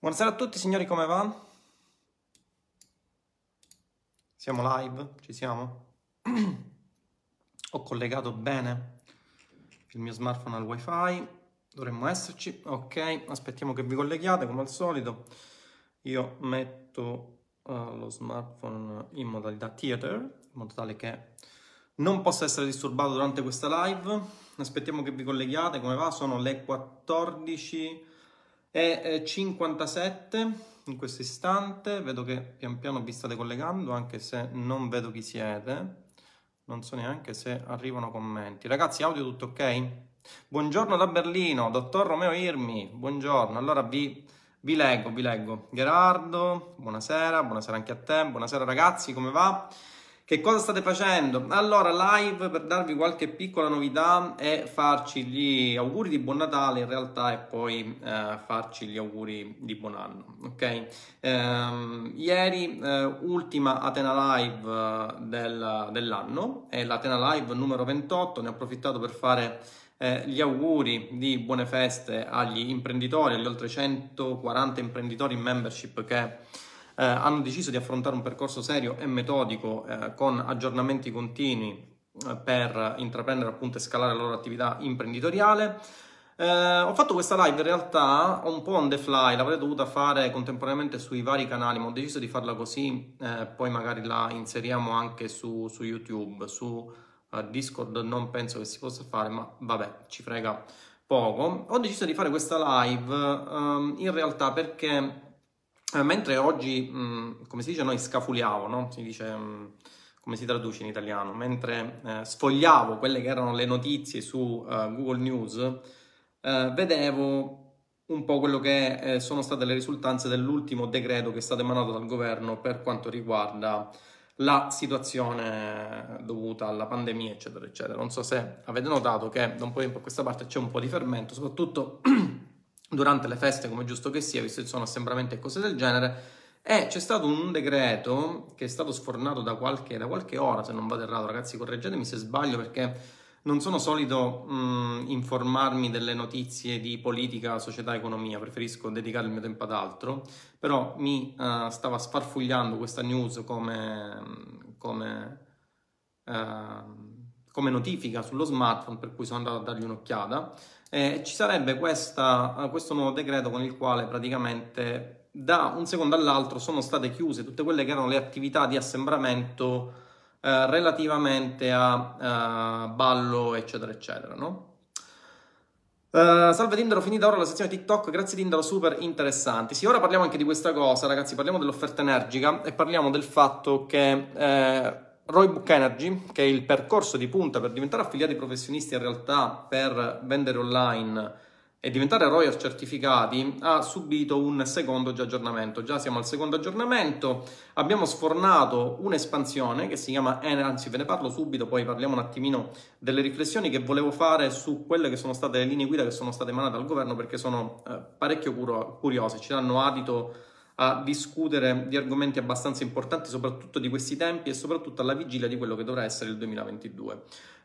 Buonasera a tutti signori, come va? Siamo live? Ci siamo? Ho collegato bene il mio smartphone al wifi, dovremmo esserci. Ok, aspettiamo che vi colleghiate come al solito. Io metto lo smartphone in modalità theater, in modo tale che non possa essere disturbato durante questa live. Aspettiamo che vi colleghiate, come va? Sono le 14:57 in questo istante. Vedo che pian piano vi state collegando, anche se non vedo chi siete. Non so neanche se arrivano commenti. Ragazzi, audio tutto ok? Buongiorno da Berlino, dottor Romeo Irmi. Buongiorno. Allora vi leggo. Gerardo, buonasera anche a te. Buonasera ragazzi, come va? Che cosa state facendo? Allora, live per darvi qualche piccola novità e farci gli auguri di buon Natale in realtà, e poi farci gli auguri di buon anno, ok? Ieri ultima Atena Live dell'anno, è l'Atena Live numero 28, ne ho approfittato per fare gli auguri di buone feste agli imprenditori, agli oltre 140 imprenditori in membership che hanno deciso di affrontare un percorso serio e metodico con aggiornamenti continui per intraprendere appunto e scalare la loro attività imprenditoriale. Ho fatto questa live in realtà un po' on the fly, l'avrei dovuta fare contemporaneamente sui vari canali, ma ho deciso di farla così, poi magari la inseriamo anche su YouTube, su Discord non penso che si possa fare, ma vabbè, ci frega poco. Ho deciso di fare questa live in realtà perché mentre oggi, come si dice noi, scafuliavo, no? Si dice, come si traduce in italiano? Mentre sfogliavo quelle che erano le notizie su Google News, vedevo un po' quello che sono state le risultanze dell'ultimo decreto che è stato emanato dal governo per quanto riguarda la situazione dovuta alla pandemia, eccetera, eccetera. Non so se avete notato che da un po' di tempo a questa parte c'è un po' di fermento, soprattutto durante le feste, come è giusto che sia, visto che ci sono assembramenti e cose del genere, e c'è stato un decreto che è stato sfornato da qualche ora, se non vado errato, ragazzi, correggetemi se sbaglio, perché non sono solito informarmi delle notizie di politica, società, economia, preferisco dedicare il mio tempo ad altro, però mi stava sfarfugliando questa news come notifica sullo smartphone, per cui sono andato a dargli un'occhiata. Ci sarebbe questo nuovo decreto con il quale praticamente da un secondo all'altro sono state chiuse tutte quelle che erano le attività di assembramento relativamente a ballo, eccetera, eccetera, no? Salve Tindaro, finita ora la sezione TikTok, grazie Tindaro, super interessanti. Sì, ora parliamo anche di questa cosa, ragazzi, parliamo dell'offerta energica e parliamo del fatto che Roybook Energy, che è il percorso di punta per diventare affiliati professionisti in realtà per vendere online e diventare Royer certificati, ha subito un secondo aggiornamento. Già siamo al secondo aggiornamento, abbiamo sfornato un'espansione che si chiama anzi ve ne parlo subito, poi parliamo un attimino delle riflessioni che volevo fare su quelle che sono state le linee guida che sono state emanate dal governo, perché sono parecchio curiose, ci danno adito a discutere di argomenti abbastanza importanti, soprattutto di questi tempi e soprattutto alla vigilia di quello che dovrà essere il 2022.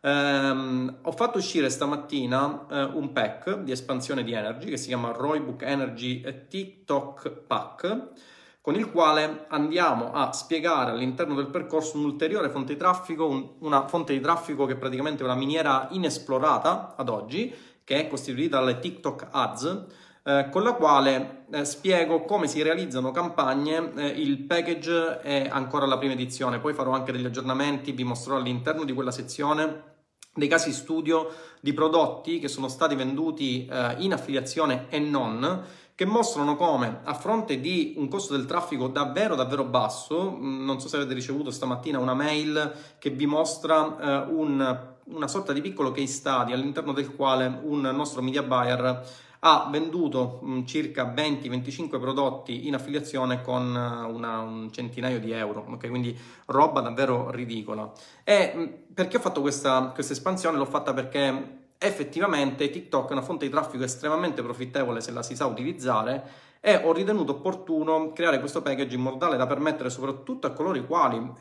Ho fatto uscire stamattina un pack di espansione di Energy che si chiama Roybook Energy TikTok Pack, con il quale andiamo a spiegare all'interno del percorso un'ulteriore fonte di traffico, una fonte di traffico che è praticamente una miniera inesplorata ad oggi, che è costituita dalle TikTok Ads, con la quale spiego come si realizzano campagne. Il package è ancora alla prima edizione, poi farò anche degli aggiornamenti, vi mostrerò all'interno di quella sezione dei casi studio di prodotti che sono stati venduti in affiliazione e non, che mostrano come a fronte di un costo del traffico davvero basso, non so se avete ricevuto stamattina una mail che vi mostra una sorta di piccolo case study all'interno del quale un nostro media buyer ha venduto circa 20-25 prodotti in affiliazione con un centinaio di euro, ok? Quindi roba davvero ridicola. E perché ho fatto questa espansione? L'ho fatta perché effettivamente TikTok è una fonte di traffico estremamente profittevole se la si sa utilizzare, e ho ritenuto opportuno creare questo package in modo tale da permettere soprattutto a coloro i quali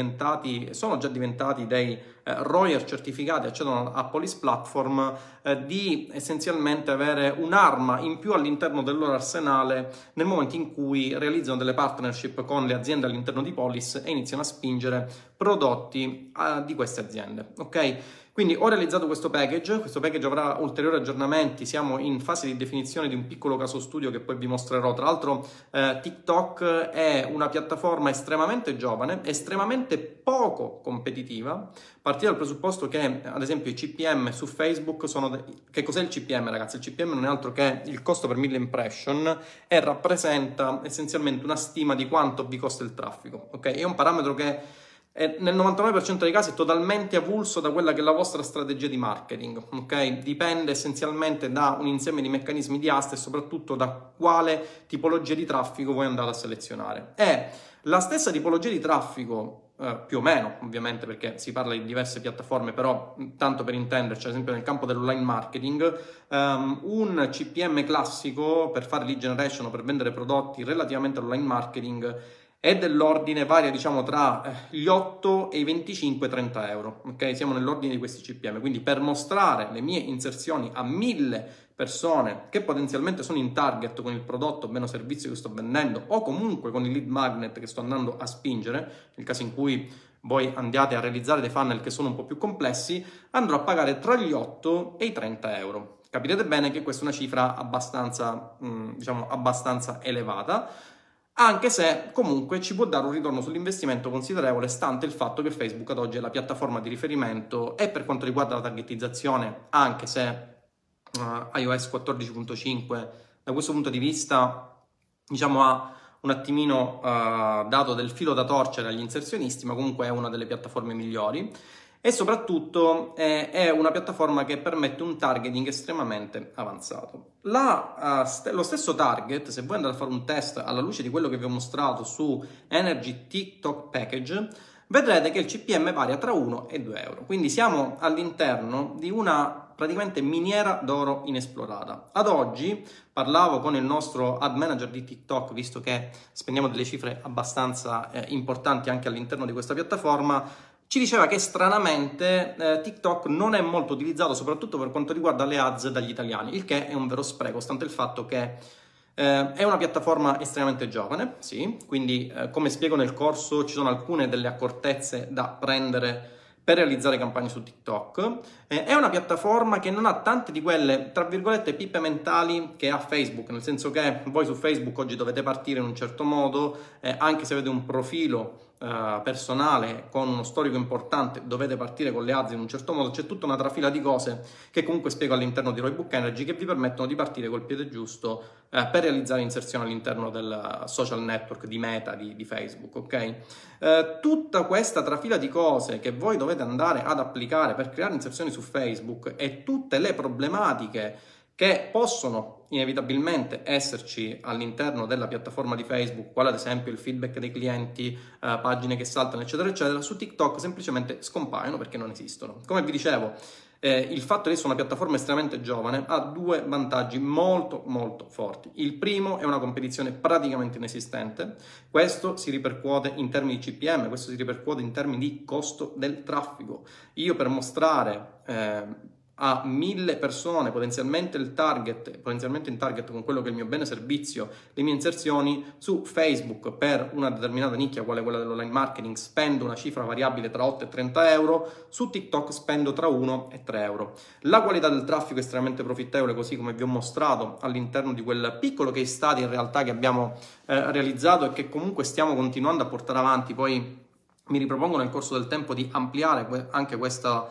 sono già diventati dei Royer certificati, accedono a Police Platform, di essenzialmente avere un'arma in più all'interno del loro arsenale nel momento in cui realizzano delle partnership con le aziende all'interno di Police e iniziano a spingere prodotti di queste aziende, ok? Quindi ho realizzato questo package avrà ulteriori aggiornamenti, siamo in fase di definizione di un piccolo caso studio che poi vi mostrerò. Tra l'altro TikTok è una piattaforma estremamente giovane, estremamente poco competitiva. Partire dal presupposto che ad esempio i CPM su Facebook Che cos'è il CPM, ragazzi? Il CPM non è altro che il costo per 1000 impression e rappresenta essenzialmente una stima di quanto vi costa il traffico, ok? È un parametro che nel 99% dei casi è totalmente avulso da quella che è la vostra strategia di marketing, ok? Dipende essenzialmente da un insieme di meccanismi di asta e soprattutto da quale tipologia di traffico voi andate a selezionare. E la stessa tipologia di traffico, più o meno, ovviamente, perché si parla di diverse piattaforme, però tanto per intenderci, ad esempio nel campo dell'online marketing, un CPM classico per fare lead generation o per vendere prodotti relativamente all'online marketing è dell'ordine, varia diciamo tra gli 8 e i 25-30 euro, ok? Siamo nell'ordine di questi CPM, quindi per mostrare le mie inserzioni a 1000 persone che potenzialmente sono in target con il prodotto o bene o servizio che sto vendendo o comunque con il lead magnet che sto andando a spingere, nel caso in cui voi andiate a realizzare dei funnel che sono un po' più complessi, andrò a pagare tra gli 8 e i 30 euro. Capirete bene che questa è una cifra abbastanza, diciamo, abbastanza elevata, anche se comunque ci può dare un ritorno sull'investimento considerevole, stante il fatto che Facebook ad oggi è la piattaforma di riferimento e per quanto riguarda la targetizzazione, anche se iOS 14.5 da questo punto di vista diciamo ha un attimino dato del filo da torcere agli inserzionisti, ma comunque è una delle piattaforme migliori. E soprattutto è una piattaforma che permette un targeting estremamente avanzato. Lo stesso target, se voi andate a fare un test alla luce di quello che vi ho mostrato su Energy TikTok Package, vedrete che il CPM varia tra 1 e 2 euro. Quindi siamo all'interno di una praticamente miniera d'oro inesplorata. Ad oggi parlavo con il nostro ad manager di TikTok, visto che spendiamo delle cifre abbastanza importanti anche all'interno di questa piattaforma. Ci diceva che stranamente TikTok non è molto utilizzato, soprattutto per quanto riguarda le ads dagli italiani, il che è un vero spreco, stante il fatto che è una piattaforma estremamente giovane, sì, quindi come spiego nel corso ci sono alcune delle accortezze da prendere per realizzare campagne su TikTok. È una piattaforma che non ha tante di quelle, tra virgolette, pippe mentali che ha Facebook, nel senso che voi su Facebook oggi dovete partire in un certo modo, anche se avete un profilo personale con uno storico importante, dovete partire con le ads in un certo modo. C'è tutta una trafila di cose che comunque spiego all'interno di Roybook Energy che vi permettono di partire col piede giusto per realizzare inserzione all'interno del social network di Meta di Facebook, ok? Tutta questa trafila di cose che voi dovete andare ad applicare per creare inserzioni su Facebook e tutte le problematiche che possono inevitabilmente esserci all'interno della piattaforma di Facebook, quale ad esempio il feedback dei clienti, pagine che saltano, eccetera, eccetera, su TikTok semplicemente scompaiono perché non esistono. Come vi dicevo, il fatto di essere una piattaforma estremamente giovane ha due vantaggi molto molto forti. Il primo è una competizione praticamente inesistente, questo si ripercuote in termini di CPM, questo si ripercuote in termini di costo del traffico. Io per mostrare a 1000 persone potenzialmente in target con quello che è il mio bene servizio, le mie inserzioni su Facebook per una determinata nicchia quale quella dell'online marketing spendo una cifra variabile tra 8 e 30 euro, su TikTok spendo tra 1 e 3 euro. La qualità del traffico è estremamente profittevole, così come vi ho mostrato all'interno di quel piccolo case study in realtà che abbiamo realizzato e che comunque stiamo continuando a portare avanti. Poi mi ripropongo nel corso del tempo di ampliare anche questa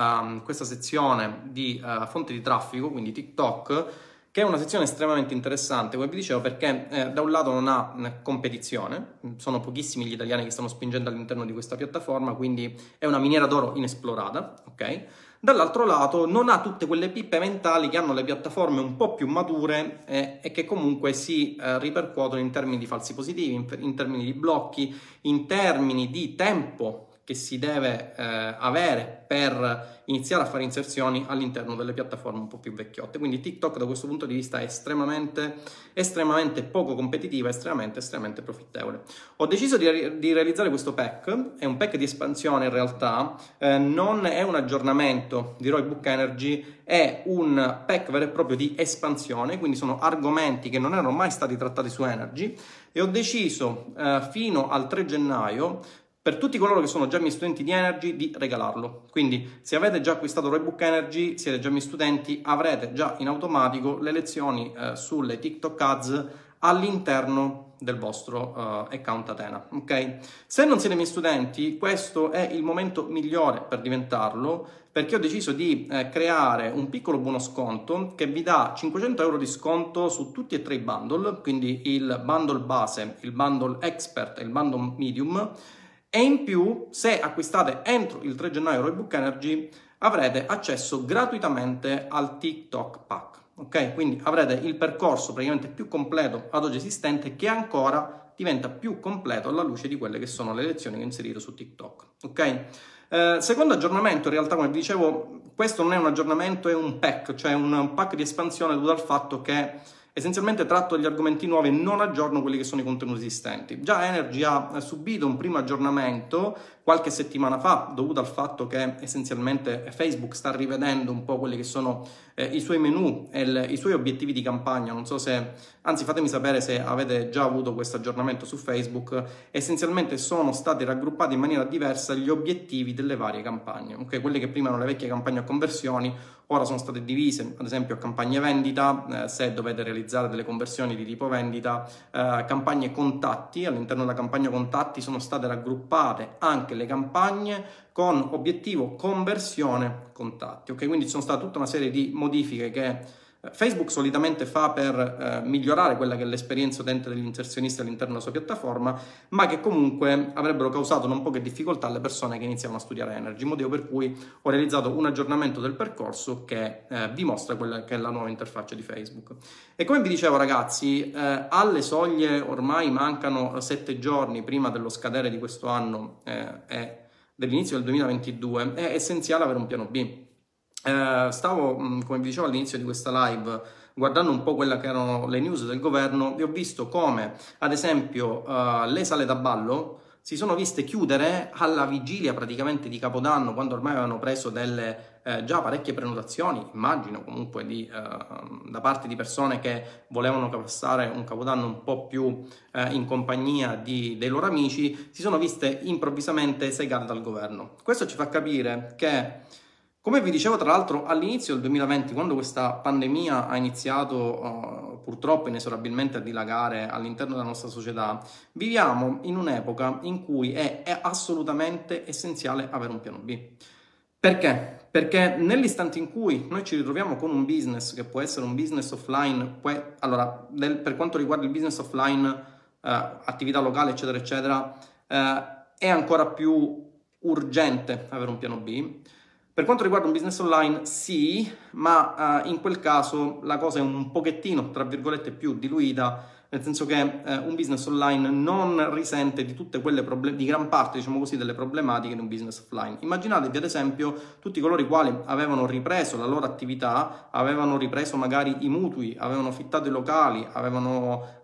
sezione di fonte di traffico, quindi TikTok, che è una sezione estremamente interessante, come vi dicevo, perché da un lato non ha competizione, sono pochissimi gli italiani che stanno spingendo all'interno di questa piattaforma, quindi è una miniera d'oro inesplorata, ok? Dall'altro lato non ha tutte quelle pippe mentali che hanno le piattaforme un po' più mature e che comunque si ripercuotono in termini di falsi positivi, in termini di blocchi, in termini di tempo che si deve avere per iniziare a fare inserzioni all'interno delle piattaforme un po' più vecchiotte. Quindi TikTok da questo punto di vista è estremamente poco competitiva, estremamente profittevole. Ho deciso di realizzare questo pack, è un pack di espansione in realtà, non è un aggiornamento di Roybook Energy, è un pack vero e proprio di espansione, quindi sono argomenti che non erano mai stati trattati su Energy, e ho deciso fino al 3 gennaio per tutti coloro che sono già miei studenti di Energy di regalarlo. Quindi se avete già acquistato Roybook Energy, siete già miei studenti, avrete già in automatico le lezioni sulle TikTok Ads all'interno del vostro account Atena, ok? Se non siete miei studenti, questo è il momento migliore per diventarlo, perché ho deciso di creare un piccolo buono sconto che vi dà 500 euro di sconto su tutti e tre i bundle, quindi il bundle base, il bundle expert e il bundle medium. E in più, se acquistate entro il 3 gennaio Roybook Energy, avrete accesso gratuitamente al TikTok Pack. Ok? Quindi avrete il percorso praticamente più completo ad oggi esistente, che ancora diventa più completo alla luce di quelle che sono le lezioni che ho inserito su TikTok. Ok? Secondo aggiornamento, in realtà, come vi dicevo, questo non è un aggiornamento, è un pack, cioè un pack di espansione dovuto al fatto che essenzialmente tratto gli argomenti nuovi e non aggiorno quelli che sono i contenuti esistenti. Già Energy ha subito un primo aggiornamento qualche settimana fa, dovuto al fatto che essenzialmente Facebook sta rivedendo un po' quelli che sono i suoi menu e i suoi obiettivi di campagna. Non so se, anzi fatemi sapere se avete già avuto questo aggiornamento su Facebook. Essenzialmente sono stati raggruppati in maniera diversa gli obiettivi delle varie campagne. Okay? Quelle che prima erano le vecchie campagne a conversioni, ora sono state divise, ad esempio, a campagne vendita, se dovete realizzare delle conversioni di tipo vendita, campagne contatti. All'interno della campagna contatti sono state raggruppate anche le campagne con obiettivo conversione contatti. Ok, quindi ci sono state tutta una serie di modifiche che Facebook solitamente fa per migliorare quella che è l'esperienza utente degli inserzionisti all'interno della sua piattaforma, ma che comunque avrebbero causato non poche difficoltà alle persone che iniziano a studiare Energy, motivo per cui ho realizzato un aggiornamento del percorso che vi mostra quella che è la nuova interfaccia di Facebook. E come vi dicevo, ragazzi, alle soglie ormai mancano 7 giorni prima dello scadere di questo anno e dell'inizio del 2022, è essenziale avere un piano B. Stavo, come vi dicevo all'inizio di questa live, guardando un po' quelle che erano le news del governo e ho visto come, ad esempio, le sale da ballo si sono viste chiudere alla vigilia praticamente di Capodanno, quando ormai avevano preso delle già parecchie prenotazioni, immagino comunque da parte di persone che volevano passare un Capodanno un po' più in compagnia dei loro amici, si sono viste improvvisamente segate dal governo. Questo ci fa capire che, come vi dicevo tra l'altro all'inizio del 2020, quando questa pandemia ha iniziato purtroppo inesorabilmente a dilagare all'interno della nostra società, viviamo in un'epoca in cui è assolutamente essenziale avere un piano B. Perché? Perché nell'istante in cui noi ci ritroviamo con un business che può essere un business offline, allora per quanto riguarda il business offline, attività locale eccetera eccetera, è ancora più urgente avere un piano B. Per quanto riguarda un business online, sì, ma in quel caso la cosa è un pochettino, tra virgolette, più diluita, nel senso che un business online non risente di tutte quelle di gran parte, diciamo così, delle problematiche di un business offline. Immaginatevi ad esempio tutti coloro i quali avevano ripreso la loro attività, avevano ripreso magari i mutui, avevano affittato i locali, avevano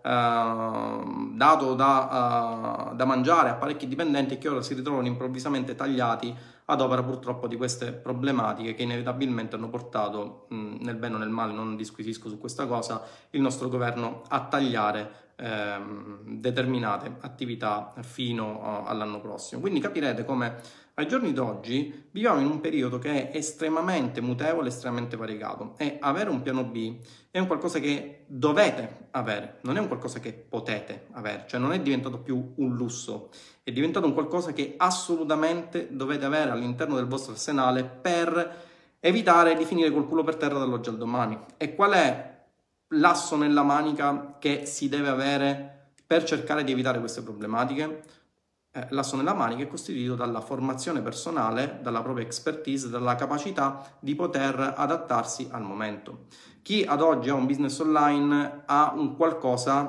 dato da mangiare a parecchi dipendenti e che ora si ritrovano improvvisamente tagliati ad opera purtroppo di queste problematiche che inevitabilmente hanno portato, nel bene o nel male, non disquisisco su questa cosa, il nostro governo a tagliare determinate attività fino all'anno prossimo. Quindi capirete come ai giorni d'oggi viviamo in un periodo che è estremamente mutevole, estremamente variegato, e avere un piano B è un qualcosa che dovete avere, non è un qualcosa che potete avere, cioè non è diventato più un lusso, è diventato un qualcosa che assolutamente dovete avere all'interno del vostro arsenale per evitare di finire col culo per terra dall'oggi al domani. E qual è l'asso nella manica che si deve avere per cercare di evitare queste problematiche? L'asso nella manica è costituito dalla formazione personale, dalla propria expertise, dalla capacità di poter adattarsi al momento. Chi ad oggi ha un business online ha un qualcosa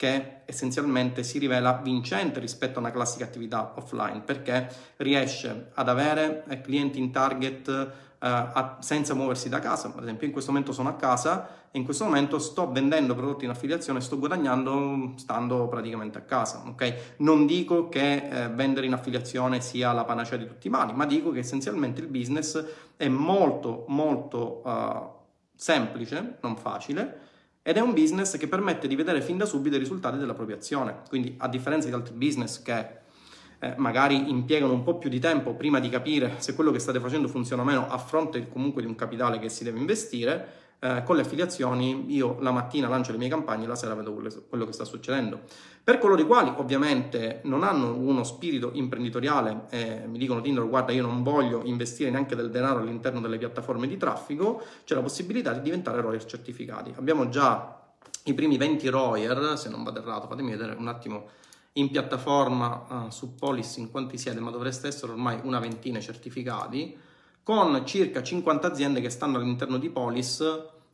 che essenzialmente si rivela vincente rispetto a una classica attività offline, perché riesce ad avere clienti in target senza muoversi da casa. Ad esempio in questo momento sono a casa e in questo momento sto vendendo prodotti in affiliazione, sto guadagnando stando praticamente a casa, ok? Non dico che vendere in affiliazione sia la panacea di tutti i mali, ma dico che essenzialmente il business è molto semplice, non facile, ed è un business che permette di vedere fin da subito i risultati della propria azione. Quindi, a differenza di altri business che magari impiegano un po' più di tempo prima di capire se quello che state facendo funziona o meno, a fronte comunque di un capitale che si deve investire, con le affiliazioni io la mattina lancio le mie campagne e la sera vedo quello che sta succedendo. Per coloro i quali ovviamente non hanno uno spirito imprenditoriale e mi dicono: Tindaro, guarda, io non voglio investire neanche del denaro all'interno delle piattaforme di traffico, c'è la possibilità di diventare Royer certificati. Abbiamo già i primi 20 Royer, se non vado errato, fatemi vedere un attimo in piattaforma su Polis in quanti siete, ma dovreste essere ormai una ventina certificati, con circa 50 aziende che stanno all'interno di Polis.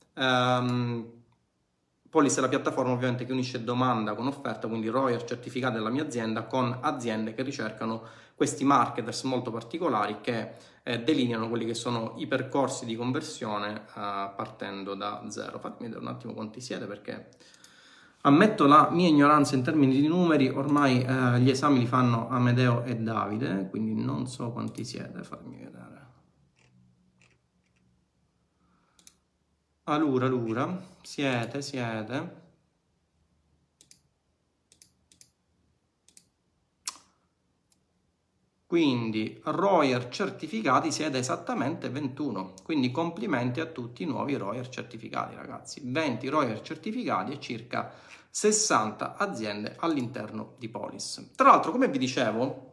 Polis è la piattaforma ovviamente che unisce domanda con offerta, quindi Royer certificati della mia azienda con aziende che ricercano questi marketers molto particolari che delineano quelli che sono i percorsi di conversione partendo da zero. Fatemi vedere un attimo quanti siete, perché ammetto la mia ignoranza in termini di numeri, ormai gli esami li fanno Amedeo e Davide, quindi non so quanti siete, fatemi vedere. Allora, siete. Quindi Royer certificati siete esattamente 21, quindi complimenti a tutti i nuovi Royer certificati, ragazzi. 20 Royer certificati e circa 60 aziende all'interno di Polis. Tra l'altro, come vi dicevo,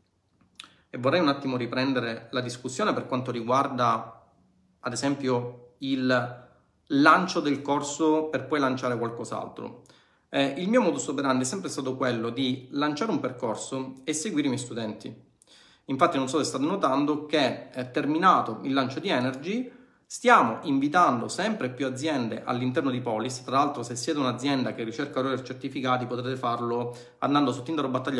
e vorrei un attimo riprendere la discussione per quanto riguarda, ad esempio, il lancio del corso per poi lanciare qualcos'altro. Il mio modus operandi è sempre stato quello di lanciare un percorso e seguire i miei studenti. Infatti non so se state notando che terminato il lancio di Energy stiamo invitando sempre più aziende all'interno di Polis. Tra l'altro, se siete un'azienda che ricerca Royer certificati, potrete farlo andando su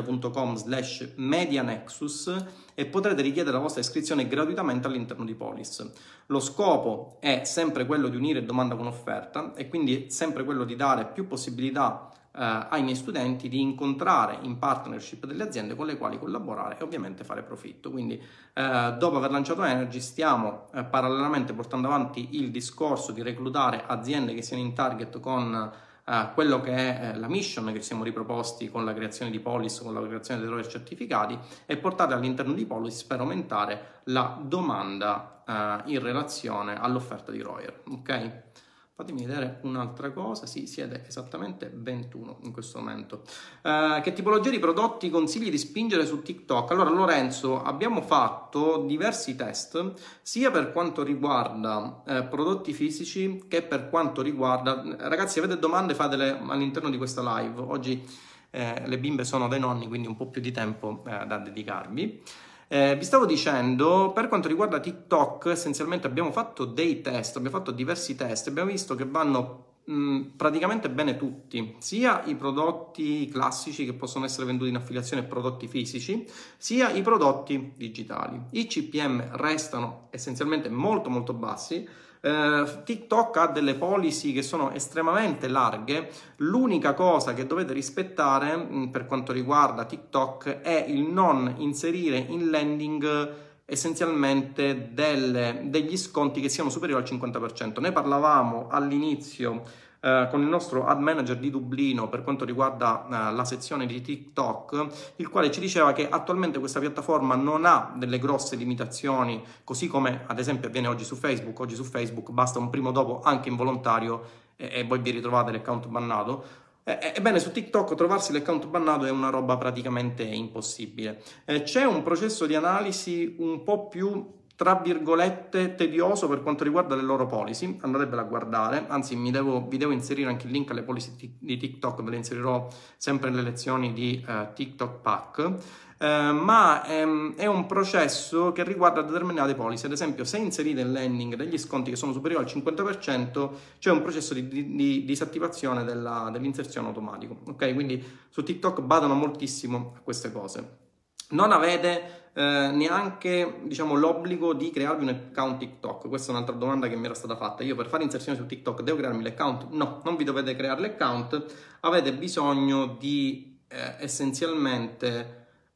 tindarobattaglia.com/medianexus e potrete richiedere la vostra iscrizione gratuitamente all'interno di Polis. Lo scopo è sempre quello di unire domanda con offerta e quindi sempre quello di dare più possibilità ai miei studenti di incontrare in partnership delle aziende con le quali collaborare e ovviamente fare profitto. Quindi dopo aver lanciato Energy stiamo parallelamente portando avanti il discorso di reclutare aziende che siano in target con quello che è la mission che ci siamo riproposti con la creazione di Polis, con la creazione dei Royer certificati, e portare all'interno di Polis per aumentare la domanda in relazione all'offerta di Royer, ok? Fatemi vedere un'altra cosa, sì, siete esattamente 21 in questo momento. Che tipologia di prodotti consigli di spingere su TikTok? Allora Lorenzo, abbiamo fatto diversi test, sia per quanto riguarda prodotti fisici che per quanto riguarda... Ragazzi, avete domande, fatele all'interno di questa live. Oggi le bimbe sono dai nonni, quindi un po' più di tempo da dedicarvi. Vi stavo dicendo, per quanto riguarda TikTok, essenzialmente abbiamo fatto dei test, abbiamo fatto diversi test, abbiamo visto che vanno praticamente bene tutti, sia i prodotti classici che possono essere venduti in affiliazione e prodotti fisici, sia i prodotti digitali. I CPM restano essenzialmente molto molto bassi. TikTok ha delle policy che sono estremamente larghe. L'unica cosa che dovete rispettare per quanto riguarda TikTok è il non inserire in landing essenzialmente degli sconti che siano superiori al 50%. Ne parlavamo all'inizio con il nostro ad manager di Dublino per quanto riguarda la sezione di TikTok, il quale ci diceva che attualmente questa piattaforma non ha delle grosse limitazioni, così come ad esempio avviene oggi su Facebook. Oggi su Facebook basta un primo dopo anche involontario e voi vi ritrovate l'account bannato. Ebbene, su TikTok trovarsi l'account bannato è una roba praticamente impossibile. C'è un processo di analisi un po' più tra virgolette tedioso per quanto riguarda le loro policy, andatevela a guardare, anzi vi devo inserire anche il link alle policy di TikTok, ve le inserirò sempre nelle lezioni di TikTok Pack, ma è un processo che riguarda determinate policy. Ad esempio, se inserite il landing degli sconti che sono superiori al 50%, c'è un processo di disattivazione dell'inserzione automatico, ok? Quindi su TikTok badano moltissimo a queste cose. Non avete neanche, diciamo, l'obbligo di crearvi un account TikTok. Questa è un'altra domanda che mi era stata fatta. Io per fare inserzione su TikTok devo crearmi l'account? No, non vi dovete creare l'account, avete bisogno di essenzialmente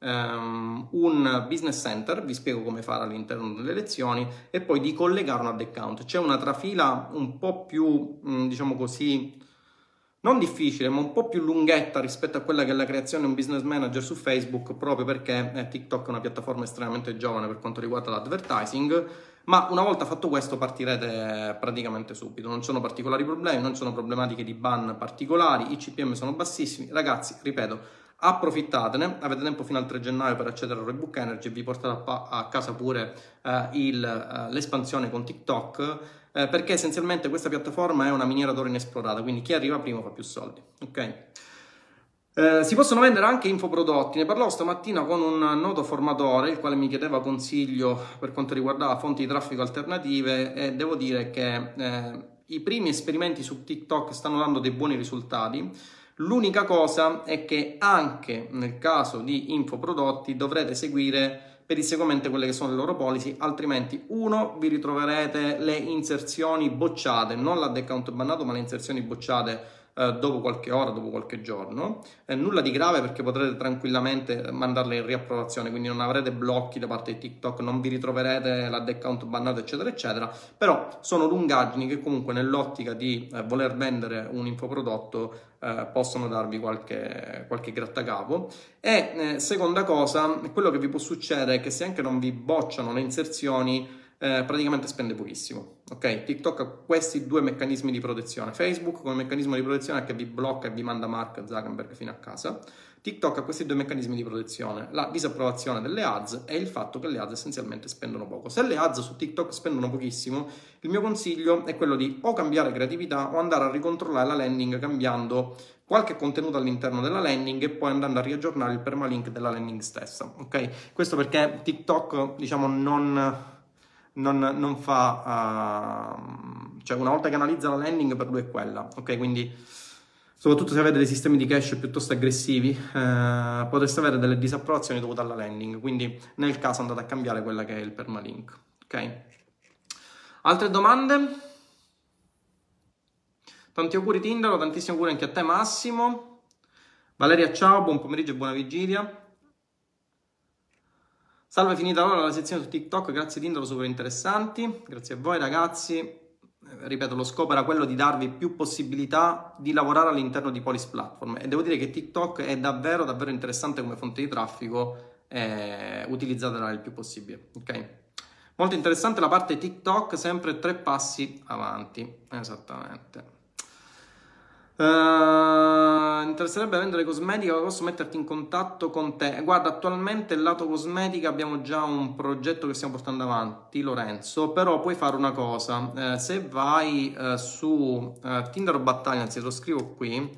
un business center, vi spiego come fare all'interno delle lezioni, e poi di collegare un ad account. C'è una trafila un po' più, diciamo così, non difficile, ma un po' più lunghetta rispetto a quella che è la creazione di un business manager su Facebook, proprio perché TikTok è una piattaforma estremamente giovane per quanto riguarda l'advertising, ma una volta fatto questo partirete praticamente subito. Non ci sono particolari problemi, non ci sono problematiche di ban particolari, i CPM sono bassissimi. Ragazzi, ripeto, approfittatene, avete tempo fino al 3 gennaio per accedere al Rebook Energy, vi portate a casa pure l'espansione con TikTok, perché essenzialmente questa piattaforma è una miniera d'oro inesplorata, quindi chi arriva primo fa più soldi, ok? Si possono vendere anche infoprodotti. Ne parlavo stamattina con un noto formatore, il quale mi chiedeva consiglio per quanto riguardava fonti di traffico alternative, e devo dire che i primi esperimenti su TikTok stanno dando dei buoni risultati. L'unica cosa è che anche nel caso di infoprodotti dovrete seguire pedissequamente quelle che sono le loro policy, altrimenti vi ritroverete le inserzioni bocciate, non l'ad account bannato, ma le inserzioni bocciate dopo qualche ora, dopo qualche giorno. Nulla di grave, perché potrete tranquillamente mandarle in riapprovazione, quindi non avrete blocchi da parte di TikTok, non vi ritroverete l'ad account bannato, eccetera eccetera. Però sono lungaggini che comunque nell'ottica di voler vendere un infoprodotto possono darvi qualche grattacapo. E seconda cosa, quello che vi può succedere è che se anche non vi bocciano le inserzioni, praticamente spende pochissimo, ok? TikTok ha questi due meccanismi di protezione. Facebook come meccanismo di protezione è che vi blocca e vi manda Mark Zuckerberg fino a casa. TikTok ha questi due meccanismi di protezione: la disapprovazione delle ads e il fatto che le ads essenzialmente spendono poco. Se le ads su TikTok spendono pochissimo, il mio consiglio è quello di o cambiare creatività o andare a ricontrollare la landing cambiando qualche contenuto all'interno della landing e poi andando a riaggiornare il permalink della landing stessa, ok? Questo perché TikTok, diciamo, non fa, cioè una volta che analizza la landing, per lui è quella, ok? Quindi soprattutto se avete dei sistemi di cache piuttosto aggressivi, potreste avere delle disapprovazioni dovute alla landing, quindi nel caso andate a cambiare quella che è il permalink, ok? Altre domande? Tanti auguri Tindaro, tantissimi auguri anche a te Massimo. Valeria, ciao, buon pomeriggio e buona vigilia. Salve, finita ora la sezione su TikTok, grazie Tindaro, super interessanti, grazie a voi ragazzi. Ripeto, lo scopo era quello di darvi più possibilità di lavorare all'interno di Polis Platform, e devo dire che TikTok è davvero davvero interessante come fonte di traffico, utilizzatela il più possibile, ok? Molto interessante la parte TikTok, sempre 3 passi avanti, esattamente. Interesserebbe vendere cosmetica, posso metterti in contatto con te? Guarda, attualmente il lato cosmetica abbiamo già un progetto che stiamo portando avanti, Lorenzo, però puoi fare una cosa, se vai su Tindaro Battaglia, anzi lo scrivo qui,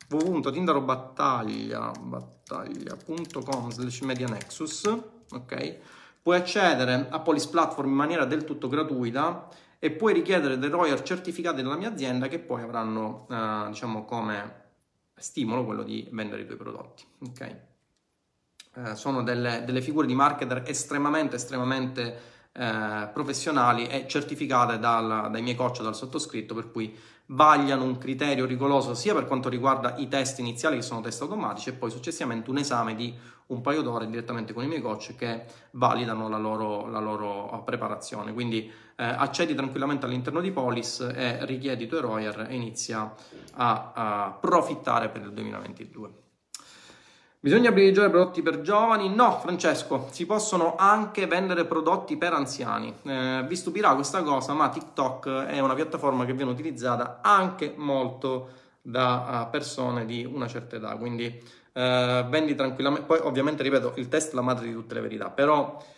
www.tindarobattaglia.com/medianexus, ok? Puoi accedere a Polis Platform in maniera del tutto gratuita e puoi richiedere dei royalty certificati dalla mia azienda, che poi avranno, diciamo, come stimolo quello di vendere i tuoi prodotti, ok? Sono delle figure di marketer estremamente professionali e certificate dai miei coach, dal sottoscritto, per cui vagliano un criterio rigoroso sia per quanto riguarda i test iniziali, che sono test automatici, e poi successivamente un esame di un paio d'ore direttamente con i miei coach che validano la loro preparazione. Quindi accedi tranquillamente all'interno di Polis e richiedi i tuoi ROIR e inizia a approfittare per il 2022. Bisogna privilegiare prodotti per giovani? No, Francesco, si possono anche vendere prodotti per anziani. Vi stupirà questa cosa, ma TikTok è una piattaforma che viene utilizzata anche molto da persone di una certa età, quindi vendi tranquillamente. Poi ovviamente, ripeto, il test è la madre di tutte le verità, però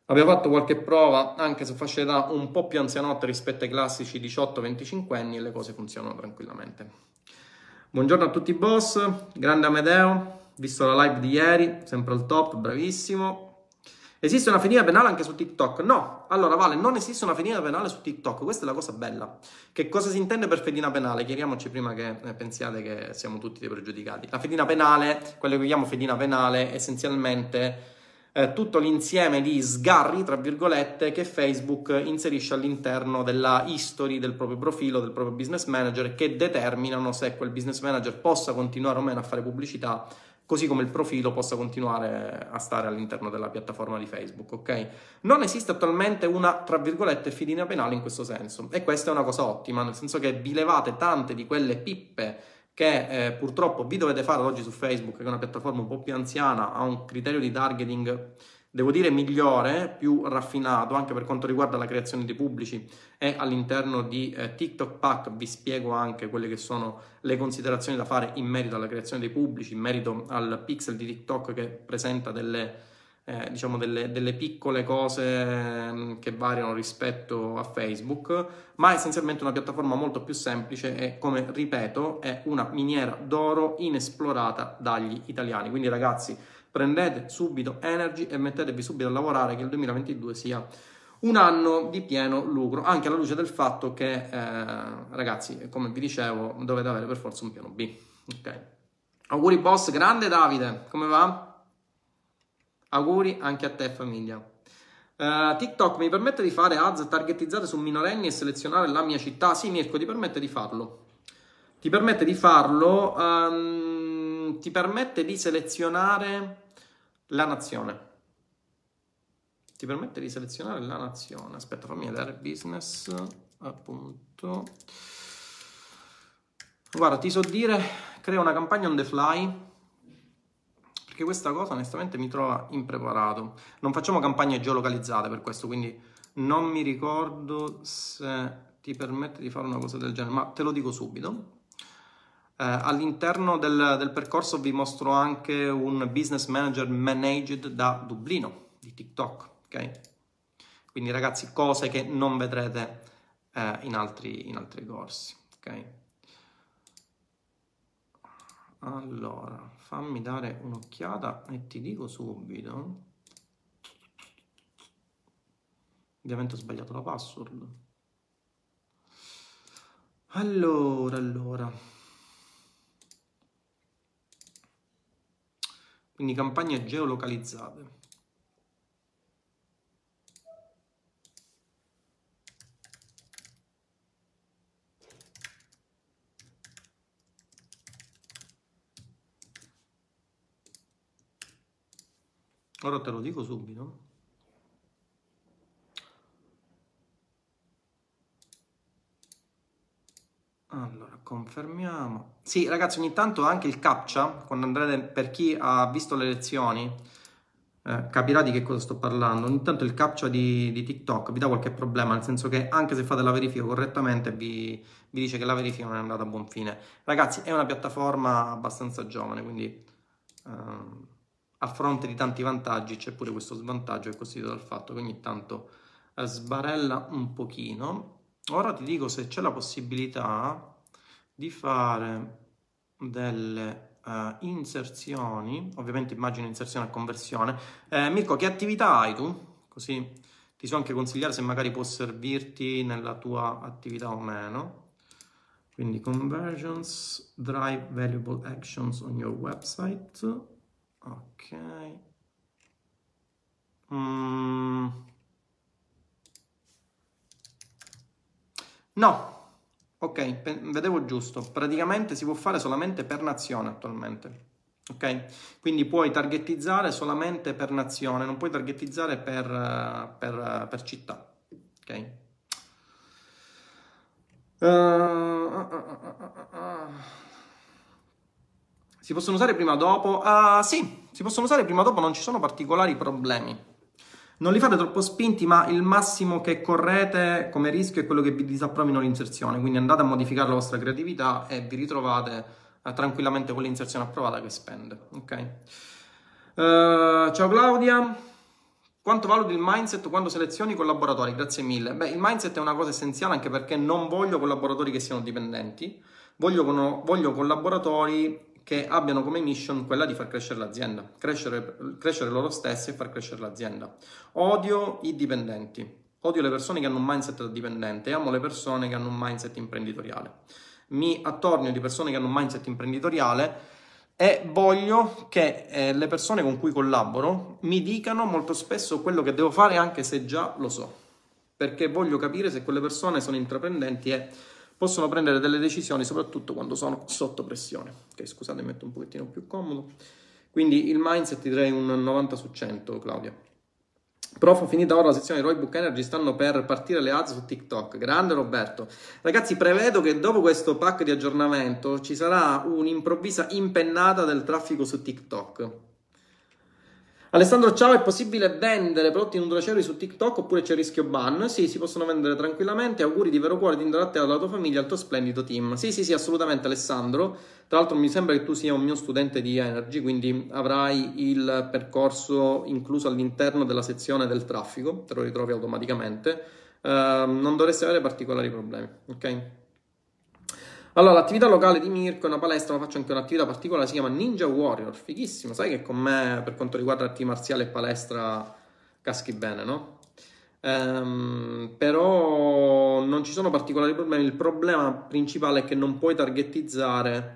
Abbiamo fatto qualche prova, anche su fasce d'età un po' più anzianotte rispetto ai classici 18-25 anni, e le cose funzionano tranquillamente. Buongiorno a tutti boss, grande Amedeo, visto la live di ieri, sempre al top, bravissimo. Esiste una fedina penale anche su TikTok? No, allora Vale, non esiste una fedina penale su TikTok, questa è la cosa bella. Che cosa si intende per fedina penale? Chiariamoci prima che pensiate che siamo tutti dei pregiudicati. La fedina penale, quello che chiamo fedina penale, è essenzialmente tutto l'insieme di sgarri, tra virgolette, che Facebook inserisce all'interno della history del proprio profilo, del proprio business manager, che determinano se quel business manager possa continuare o meno a fare pubblicità, così come il profilo possa continuare a stare all'interno della piattaforma di Facebook, ok? Non esiste attualmente una, tra virgolette, fedina penale in questo senso, e questa è una cosa ottima, nel senso che vi levate tante di quelle pippe che purtroppo vi dovete fare oggi su Facebook, che è una piattaforma un po' più anziana, ha un criterio di targeting, devo dire, migliore, più raffinato, anche per quanto riguarda la creazione di pubblici, e all'interno di TikTok Pack vi spiego anche quelle che sono le considerazioni da fare in merito alla creazione dei pubblici, in merito al pixel di TikTok che presenta diciamo delle piccole cose che variano rispetto a Facebook, ma è essenzialmente una piattaforma molto più semplice e, come ripeto, è una miniera d'oro inesplorata dagli italiani. Quindi ragazzi, prendete subito Energy e mettetevi subito a lavorare, che il 2022 sia un anno di pieno lucro, anche alla luce del fatto che, ragazzi, come vi dicevo, dovete avere per forza un piano B. Ok. Auguri boss, grande Davide, come va? Auguri anche a te famiglia. TikTok mi permette di fare ads targetizzate su minorenni e selezionare la mia città? Sì, Mirko, ti permette di farlo. Ti permette di farlo, ti permette di selezionare la nazione. Ti permette di selezionare la nazione. Aspetta, fammi vedere. Business, appunto. Guarda, ti so dire, crea una campagna on the fly, perché questa cosa onestamente mi trova impreparato. Non facciamo campagne geolocalizzate per questo, quindi non mi ricordo se ti permette di fare una cosa del genere, ma te lo dico subito. All'interno del percorso vi mostro anche un business manager managed da Dublino, di TikTok, ok? Quindi ragazzi, cose che non vedrete in altri corsi, ok? Allora, fammi dare un'occhiata e ti dico subito. Ovviamente ho sbagliato la password. Allora. Quindi campagne geolocalizzate. Ora te lo dico subito. Allora, confermiamo. Sì, ragazzi, ogni tanto anche il CAPTCHA, quando andrete, per chi ha visto le lezioni, capirà di che cosa sto parlando. Ogni tanto il CAPTCHA di TikTok vi dà qualche problema, nel senso che anche se fate la verifica correttamente vi dice che la verifica non è andata a buon fine. Ragazzi, è una piattaforma abbastanza giovane, quindi a fronte di tanti vantaggi c'è pure questo svantaggio, che è costituito dal fatto che ogni tanto sbarella un pochino. Ora ti dico se c'è la possibilità di fare delle inserzioni, ovviamente immagino inserzione a conversione. Mirko, che attività hai tu? Così ti so anche consigliare se magari può servirti nella tua attività o meno. Quindi conversions, drive valuable actions on your website. Ok. No, ok, vedevo giusto. Praticamente si può fare solamente per nazione attualmente. Ok? Quindi puoi targetizzare solamente per nazione, non puoi targetizzare per città. Ok? Si possono usare prima o dopo? Sì, si possono usare prima o dopo, non ci sono particolari problemi. Non li fate troppo spinti, ma il massimo che correte come rischio è quello che vi disapprovino l'inserzione, quindi andate a modificare la vostra creatività e vi ritrovate tranquillamente con l'inserzione approvata che spende. Ok? Ciao Claudia, Quanto valuti il mindset quando selezioni i collaboratori? Grazie mille. Beh, il mindset è una cosa essenziale anche perché non voglio collaboratori che siano dipendenti, voglio collaboratori che abbiano come mission quella di far crescere l'azienda, crescere loro stessi e far crescere l'azienda. Odio i dipendenti, odio le persone che hanno un mindset da dipendente e amo le persone che hanno un mindset imprenditoriale. Mi attorno di persone che hanno un mindset imprenditoriale e voglio che le persone con cui collaboro mi dicano molto spesso quello che devo fare anche se già lo so, perché voglio capire se quelle persone sono intraprendenti e possono prendere delle decisioni soprattutto quando sono sotto pressione. Ok, scusate, mi metto un pochettino più comodo. Quindi il mindset direi un 90 su 100, Claudia. Prof, finita ora la sezione di Roybook Energy, stanno per partire le ads su TikTok. Grande Roberto. Ragazzi, prevedo che dopo questo pack di aggiornamento ci sarà un'improvvisa impennata del traffico su TikTok. Alessandro, ciao, è possibile vendere prodotti nutraceuti su TikTok oppure c'è il rischio ban? Sì, si possono vendere tranquillamente. Auguri di vero cuore, Tinder a te, alla tua famiglia, al tuo splendido team. Sì, assolutamente Alessandro. Tra l'altro mi sembra che tu sia un mio studente di Energy, quindi avrai il percorso incluso all'interno della sezione del traffico, te lo ritrovi automaticamente. Non dovresti avere particolari problemi, ok? Allora, l'attività locale di Mirko è una palestra, ma faccio anche un'attività particolare, si chiama Ninja Warrior, fighissimo. Sai che con me, per quanto riguarda arti marziali e palestra, caschi bene, no? Però non ci sono particolari problemi. Il problema principale è che non puoi targetizzare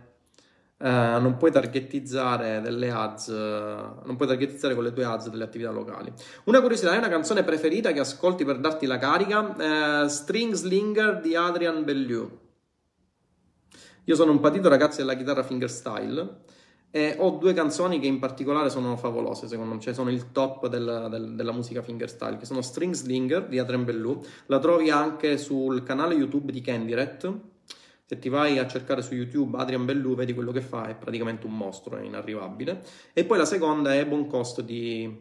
delle ads, non puoi targetizzare con le tue ads delle attività locali. Una curiosità, hai una canzone preferita che ascolti per darti la carica? String Slinger di Adrian Bellew. Io sono un patito ragazzi della chitarra fingerstyle e ho due canzoni che in particolare sono favolose, secondo me, cioè sono il top della musica fingerstyle, che sono String Slinger di Adrian Bellew. La trovi anche sul canale YouTube di Candyret. Se ti vai a cercare su YouTube Adrian Bellew, vedi quello che fa, è praticamente un mostro, è inarrivabile. E poi la seconda è Bon Cost di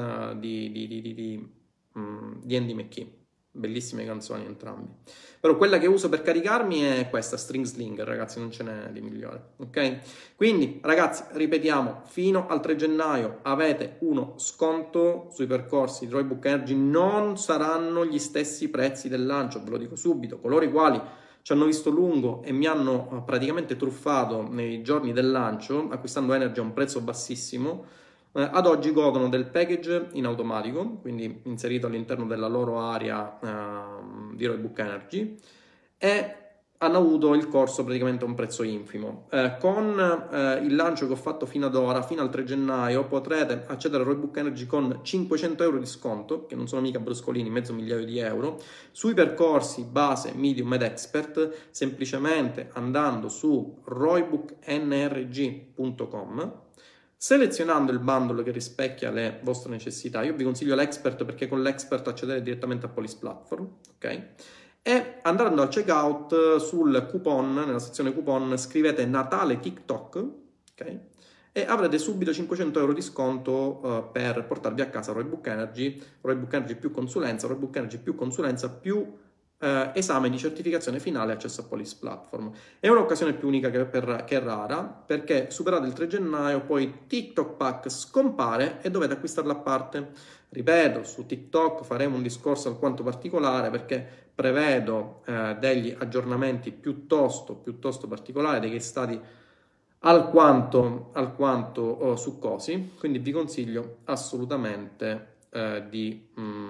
Andy McKee. Bellissime canzoni entrambi. Però quella che uso per caricarmi è questa, String Slinger, ragazzi, non ce n'è di migliore, ok? Quindi, ragazzi, ripetiamo, fino al 3 gennaio avete uno sconto sui percorsi di Roybook Energy, non saranno gli stessi prezzi del lancio, ve lo dico subito, coloro i quali ci hanno visto lungo e mi hanno praticamente truffato nei giorni del lancio, acquistando Energy a un prezzo bassissimo, ad oggi godono del package in automatico, quindi inserito all'interno della loro area di Roybook Energy, e hanno avuto il corso praticamente a un prezzo infimo. Con il lancio che ho fatto fino ad ora, fino al 3 gennaio, potrete accedere a Roybook Energy con 500 euro di sconto, che non sono mica bruscolini, mezzo migliaio di euro, sui percorsi base, medium ed expert, semplicemente andando su roybooknrg.com, selezionando il bundle che rispecchia le vostre necessità. Io vi consiglio l'expert perché con l'expert accedete direttamente a Polis Platform, ok? E andando al checkout sul coupon, nella sezione coupon, scrivete Natale TikTok, ok? E avrete subito 500 euro di sconto per portarvi a casa Roybook Energy più consulenza, Roybook Energy più consulenza più esame di certificazione finale e accesso a Polis Platform. È un'occasione più unica che è rara, perché superato il 3 gennaio poi TikTok Pack scompare e dovete acquistarla a parte. Ripeto, su TikTok faremo un discorso alquanto particolare perché prevedo degli aggiornamenti piuttosto particolari, dei case study alquanto succosi, quindi vi consiglio assolutamente di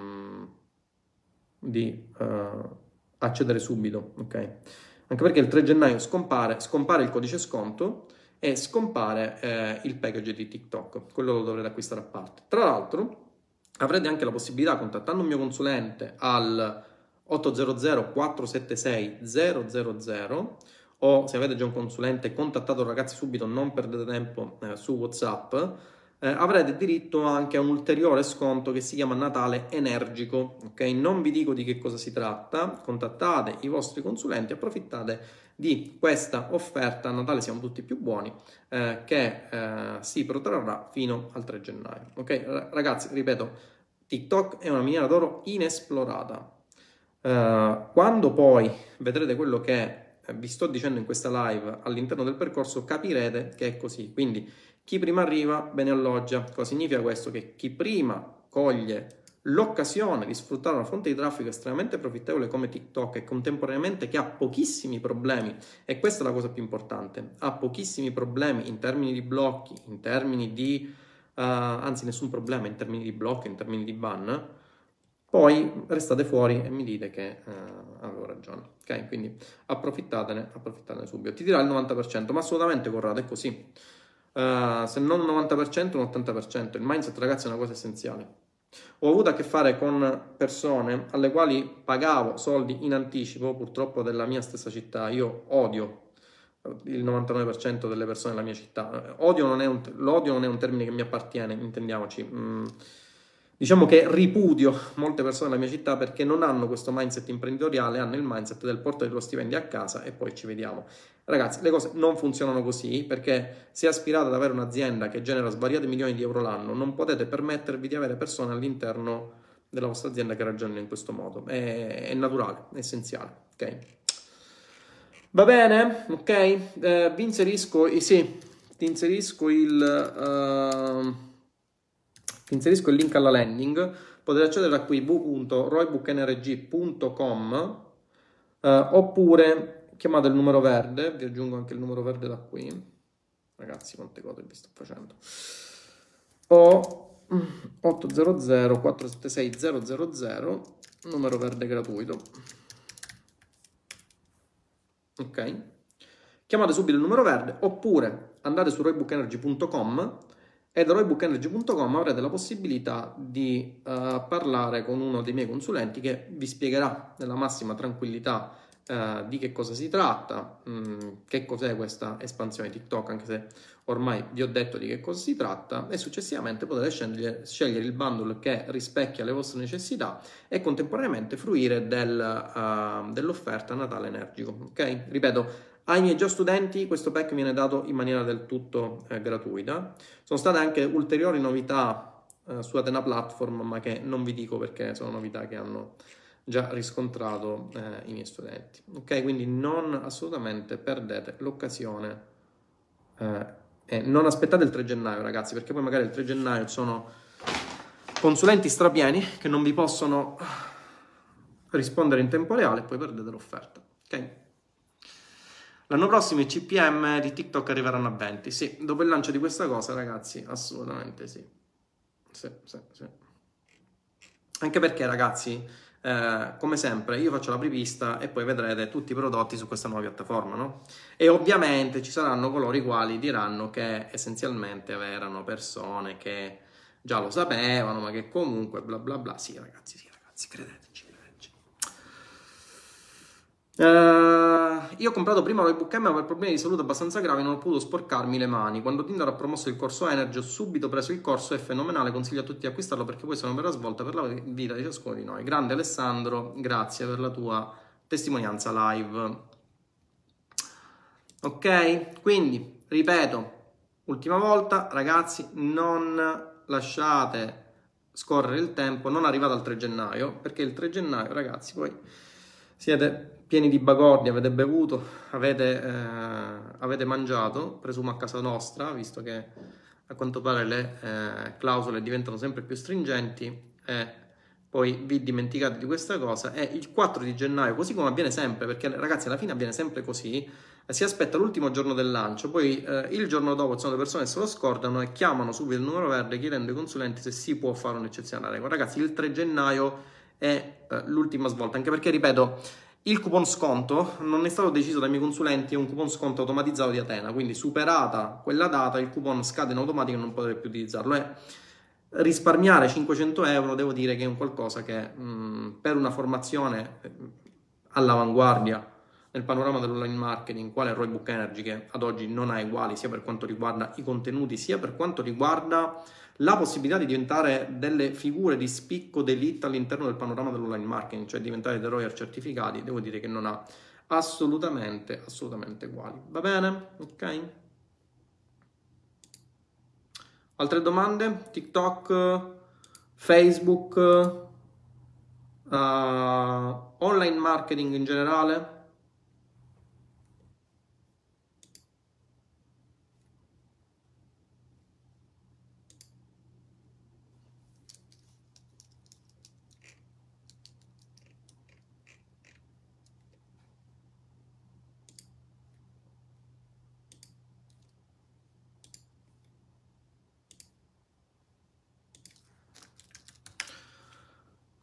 accedere subito, ok? Anche perché il 3 gennaio scompare il codice sconto e scompare il package di TikTok, quello lo dovrete acquistare a parte. Tra l'altro avrete anche la possibilità, contattando un mio consulente al 800 476 000, o se avete già un consulente contattatelo ragazzi subito, non perdete tempo su WhatsApp, avrete diritto anche a un ulteriore sconto che si chiama Natale Energico, ok? Non vi dico di che cosa si tratta, contattate i vostri consulenti, approfittate di questa offerta, a Natale siamo tutti più buoni, che si protrarrà fino al 3 gennaio, ok? Ragazzi, ripeto, TikTok è una miniera d'oro inesplorata. Quando poi vedrete quello che vi sto dicendo in questa live all'interno del percorso, capirete che è così. Quindi chi prima arriva, bene alloggia. Cosa significa questo? Che chi prima coglie l'occasione di sfruttare una fonte di traffico estremamente profittevole come TikTok e contemporaneamente che ha pochissimi problemi, e questa è la cosa più importante, ha pochissimi problemi in termini di blocchi, in termini di, anzi nessun problema in termini di blocchi, in termini di ban, poi restate fuori e mi dite che avevo ragione, ok? Quindi approfittatene subito. Ti dirà il 90%, ma assolutamente Corrado, è così. Se non un 90%, un 80%. Il mindset, ragazzi, è una cosa essenziale. Ho avuto a che fare con persone alle quali pagavo soldi in anticipo, purtroppo della mia stessa città. Io odio il 99% delle persone della mia città. L'odio non è un termine che mi appartiene, intendiamoci. Diciamo che ripudio molte persone della mia città perché non hanno questo mindset imprenditoriale, hanno il mindset del portare lo stipendio a casa e poi ci vediamo. Ragazzi, le cose non funzionano così, perché se aspirate ad avere un'azienda che genera svariati milioni di euro l'anno, non potete permettervi di avere persone all'interno della vostra azienda che ragionano in questo modo. È naturale, è essenziale, ok? Va bene? Ok? Vi inserisco, sì, ti inserisco il link alla landing. Potete accedere da qui www.roybooknrg.com oppure chiamate il numero verde, vi aggiungo anche il numero verde da qui. Ragazzi, quante cose vi sto facendo. O 800 476 000, numero verde gratuito. Ok? Chiamate subito il numero verde oppure andate su roybookenergy.com e da roybookenergy.com avrete la possibilità di parlare con uno dei miei consulenti che vi spiegherà nella massima tranquillità di che cosa si tratta, che cos'è questa espansione TikTok, anche se ormai vi ho detto di che cosa si tratta, e successivamente potete scegliere il bundle che rispecchia le vostre necessità e contemporaneamente fruire dell'offerta Natale Energico. Ok? Ripeto, ai miei già studenti questo pack viene dato in maniera del tutto gratuita. Sono state anche ulteriori novità su Atena Platform, ma che non vi dico perché sono novità che hanno già riscontrato i miei studenti. Ok, quindi non assolutamente perdete l'occasione e non aspettate il 3 gennaio, ragazzi, perché poi magari il 3 gennaio sono consulenti strapieni che non vi possono rispondere in tempo reale e poi perdete l'offerta. Ok? L'anno prossimo i CPM di TikTok arriveranno a 20. Sì, dopo il lancio di questa cosa, ragazzi, assolutamente sì. Sì. Anche perché, ragazzi, come sempre, io faccio la prevista e poi vedrete tutti i prodotti su questa nuova piattaforma, no? E ovviamente ci saranno coloro i quali diranno che essenzialmente erano persone che già lo sapevano, ma che comunque bla bla bla. Sì, ragazzi, credeteci. Io ho comprato prima l'ebook M, ma per problemi di salute abbastanza gravi non ho potuto sporcarmi le mani. Quando Tinder ha promosso il corso Energy ho subito preso il corso, è fenomenale, consiglio a tutti di acquistarlo perché poi sono una vera svolta per la vita di ciascuno di noi. Grande Alessandro, grazie per la tua testimonianza live. Ok, quindi ripeto, ultima volta, ragazzi, non lasciate scorrere il tempo, non arrivate al 3 gennaio, perché il 3 gennaio, ragazzi, poi siete pieni di bagordi, avete bevuto, avete mangiato, presumo a casa nostra, visto che a quanto pare le clausole diventano sempre più stringenti e poi vi dimenticate di questa cosa. E il 4 di gennaio, così come avviene sempre, perché ragazzi alla fine avviene sempre così, si aspetta l'ultimo giorno del lancio, poi il giorno dopo sono le persone che se lo scordano e chiamano subito il numero verde chiedendo ai consulenti se si può fare un'eccezione alla regola. Ragazzi, il 3 gennaio è l'ultima svolta, anche perché, ripeto, il coupon sconto non è stato deciso dai miei consulenti, è un coupon sconto automatizzato di Atena, quindi superata quella data il coupon scade in automatico e non potrei più utilizzarlo. Risparmiare 500 euro devo dire che è un qualcosa che per una formazione all'avanguardia nel panorama dell'online marketing, quale è Roybook Energy, che ad oggi non ha uguali sia per quanto riguarda i contenuti sia per quanto riguarda la possibilità di diventare delle figure di spicco d'elite all'interno del panorama dell'online marketing, cioè diventare dei royal certificati, devo dire che non ha assolutamente uguali. Va bene? Ok? Altre domande? TikTok, Facebook, online marketing in generale?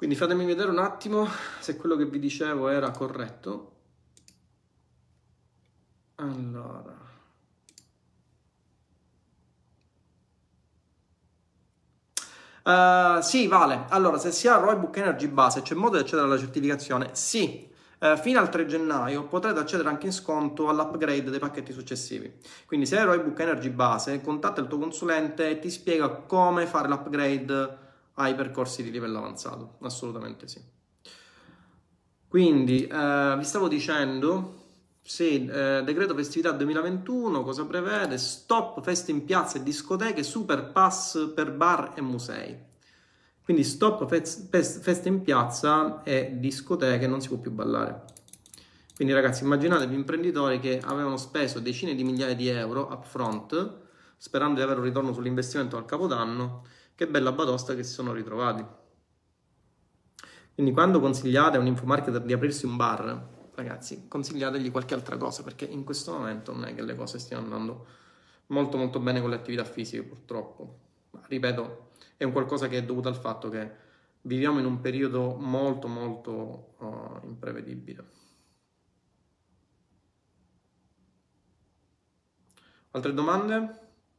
Quindi fatemi vedere un attimo se quello che vi dicevo era corretto. Allora, sì, vale. Allora, se si ha ROI Book Energy base, c'è modo di accedere alla certificazione? Sì. Fino al 3 gennaio potrete accedere anche in sconto all'upgrade dei pacchetti successivi. Quindi se hai ROI Book Energy base, contatta il tuo consulente e ti spiega come fare l'upgrade ai percorsi di livello avanzato. Assolutamente sì. Quindi, vi stavo dicendo... Sì, decreto festività 2021, cosa prevede? Stop feste in piazza e discoteche, super pass per bar e musei. Quindi stop feste in piazza e discoteche, non si può più ballare. Quindi ragazzi, immaginatevi imprenditori che avevano speso decine di migliaia di euro upfront, sperando di avere un ritorno sull'investimento al capodanno, che bella batosta che si sono ritrovati. Quindi quando consigliate a un infomarketer di aprirsi un bar, ragazzi, consigliategli qualche altra cosa, perché in questo momento non è che le cose stiano andando molto molto bene con le attività fisiche, purtroppo. Ma, ripeto, è un qualcosa che è dovuto al fatto che viviamo in un periodo molto molto imprevedibile. Altre domande?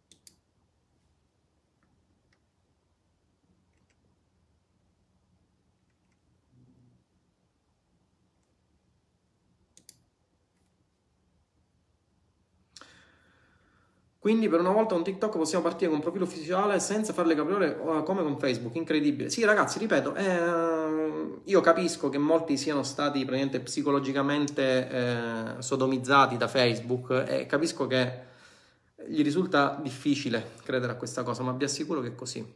Quindi per una volta con TikTok possiamo partire con un profilo ufficiale senza fare le capriole come con Facebook, incredibile. Sì ragazzi, ripeto, io capisco che molti siano stati praticamente psicologicamente sodomizzati da Facebook e capisco che gli risulta difficile credere a questa cosa, ma vi assicuro che è così.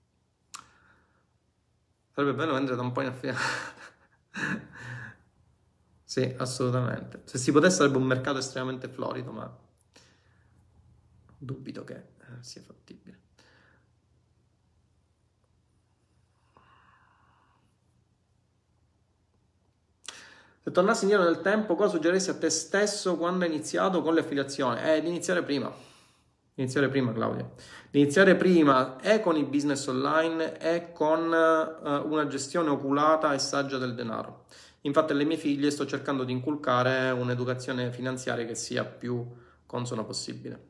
Sarebbe bello vendere da un po' in affidamento. Sì, assolutamente. Se si potesse sarebbe un mercato estremamente florido, ma dubito che sia fattibile. Se tornassi indietro nel tempo, cosa suggeriresti a te stesso quando hai iniziato con le affiliazioni? Di iniziare prima. Iniziare prima, Claudia. Iniziare prima e con i business online e con una gestione oculata e saggia del denaro. Infatti alle mie figlie sto cercando di inculcare un'educazione finanziaria che sia più consona possibile.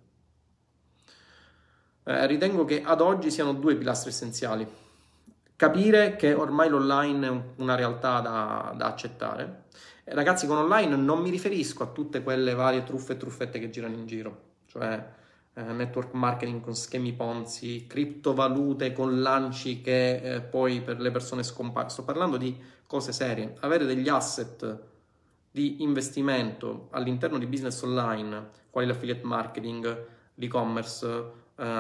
Ritengo che ad oggi siano due pilastri essenziali. Capire che ormai l'online è una realtà da accettare. Ragazzi, con online non mi riferisco a tutte quelle varie truffe e truffette che girano in giro, cioè network marketing con schemi Ponzi, criptovalute con lanci che poi per le persone scompaiono. Sto parlando di cose serie. Avere degli asset di investimento all'interno di business online, quali l'affiliate marketing, l'e-commerce,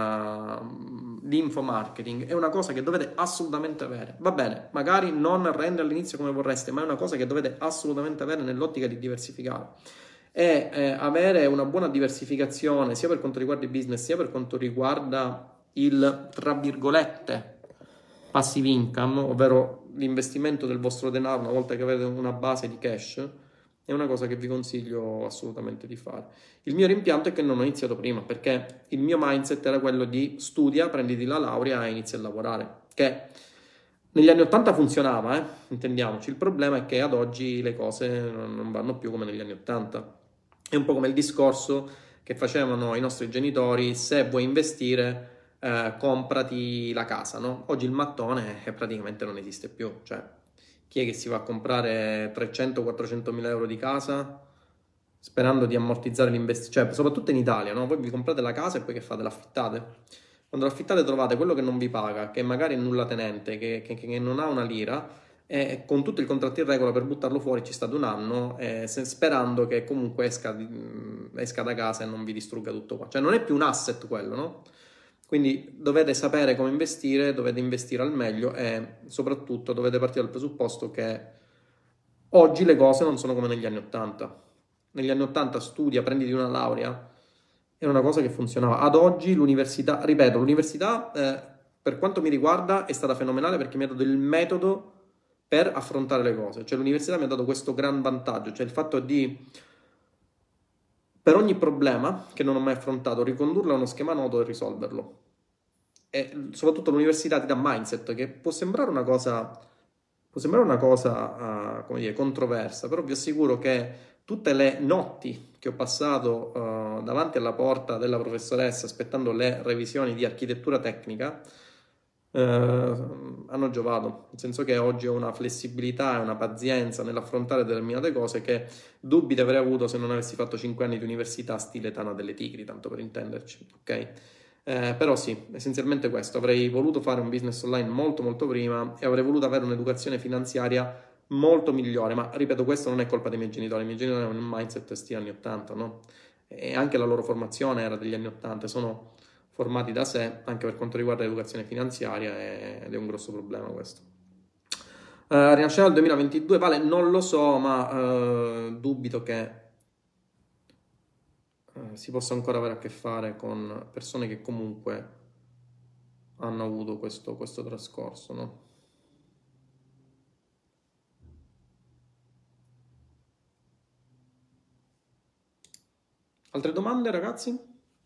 l'info marketing, è una cosa che dovete assolutamente avere. Va bene, magari non rende all'inizio come vorreste, ma è una cosa che dovete assolutamente avere nell'ottica di diversificare. E avere una buona diversificazione sia per quanto riguarda il business, sia per quanto riguarda il, tra virgolette, passive income, ovvero l'investimento del vostro denaro una volta che avete una base di cash, è una cosa che vi consiglio assolutamente di fare. Il mio rimpianto è che non ho iniziato prima, perché il mio mindset era quello di studia, prenditi la laurea e inizi a lavorare, che negli anni 80 funzionava, intendiamoci. Il problema è che ad oggi le cose non vanno più come negli anni 80. È un po' come il discorso che facevano i nostri genitori: se vuoi investire, comprati la casa, no? Oggi il mattone praticamente non esiste più, cioè chi è che si va a comprare 300-400 mila euro di casa sperando di ammortizzare l'investimento? Cioè, soprattutto in Italia, no? Voi vi comprate la casa e poi che fate? L'affittate? Quando l'affittate trovate quello che non vi paga, che magari è nulla tenente, che non ha una lira, e con tutto il contratto in regola per buttarlo fuori ci state un anno, sperando che comunque esca da casa e non vi distrugga tutto qua. Cioè non è più un asset quello, no? Quindi dovete sapere come investire, dovete investire al meglio e soprattutto dovete partire dal presupposto che oggi le cose non sono come negli anni 80. Negli anni 80 studia, prenditi una laurea, è una cosa che funzionava. Ad oggi l'università, ripeto, l'università per quanto mi riguarda è stata fenomenale perché mi ha dato il metodo per affrontare le cose. Cioè l'università mi ha dato questo gran vantaggio, cioè il fatto di per ogni problema che non ho mai affrontato ricondurlo a uno schema noto e risolverlo. E soprattutto l'università ti dà mindset, che può sembrare una cosa Può sembrare una cosa, come dire, controversa, però vi assicuro che tutte le notti che ho passato davanti alla porta della professoressa aspettando le revisioni di architettura tecnica hanno giovato, nel senso che oggi ho una flessibilità e una pazienza nell'affrontare determinate cose che dubbi di aver avuto se non avessi fatto 5 anni di università stile Tana delle Tigri, tanto per intenderci, ok? Però sì, essenzialmente questo, avrei voluto fare un business online molto molto prima e avrei voluto avere un'educazione finanziaria molto migliore, ma ripeto, questo non è colpa dei miei genitori avevano un mindset stile anni 80, no? E anche la loro formazione era degli anni 80, sono formati da sé anche per quanto riguarda l'educazione finanziaria ed è un grosso problema questo. Rinasceva il 2022, vale, non lo so, ma dubito che si possa ancora avere a che fare con persone che comunque hanno avuto questo trascorso, no? Altre domande, ragazzi?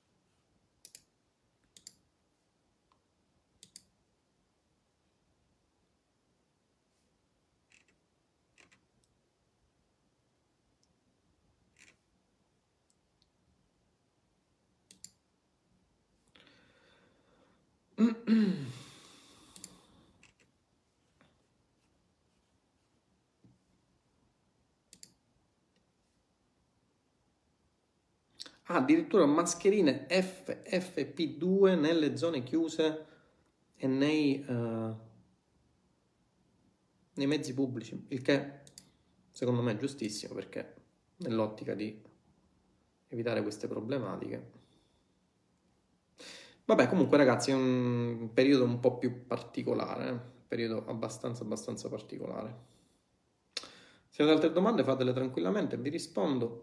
Ah, addirittura mascherine FFP2 nelle zone chiuse e nei mezzi pubblici, il che secondo me è giustissimo perché nell'ottica di evitare queste problematiche. Vabbè, comunque ragazzi è un periodo un po' più particolare, periodo abbastanza particolare. Se avete altre domande fatele tranquillamente, vi rispondo.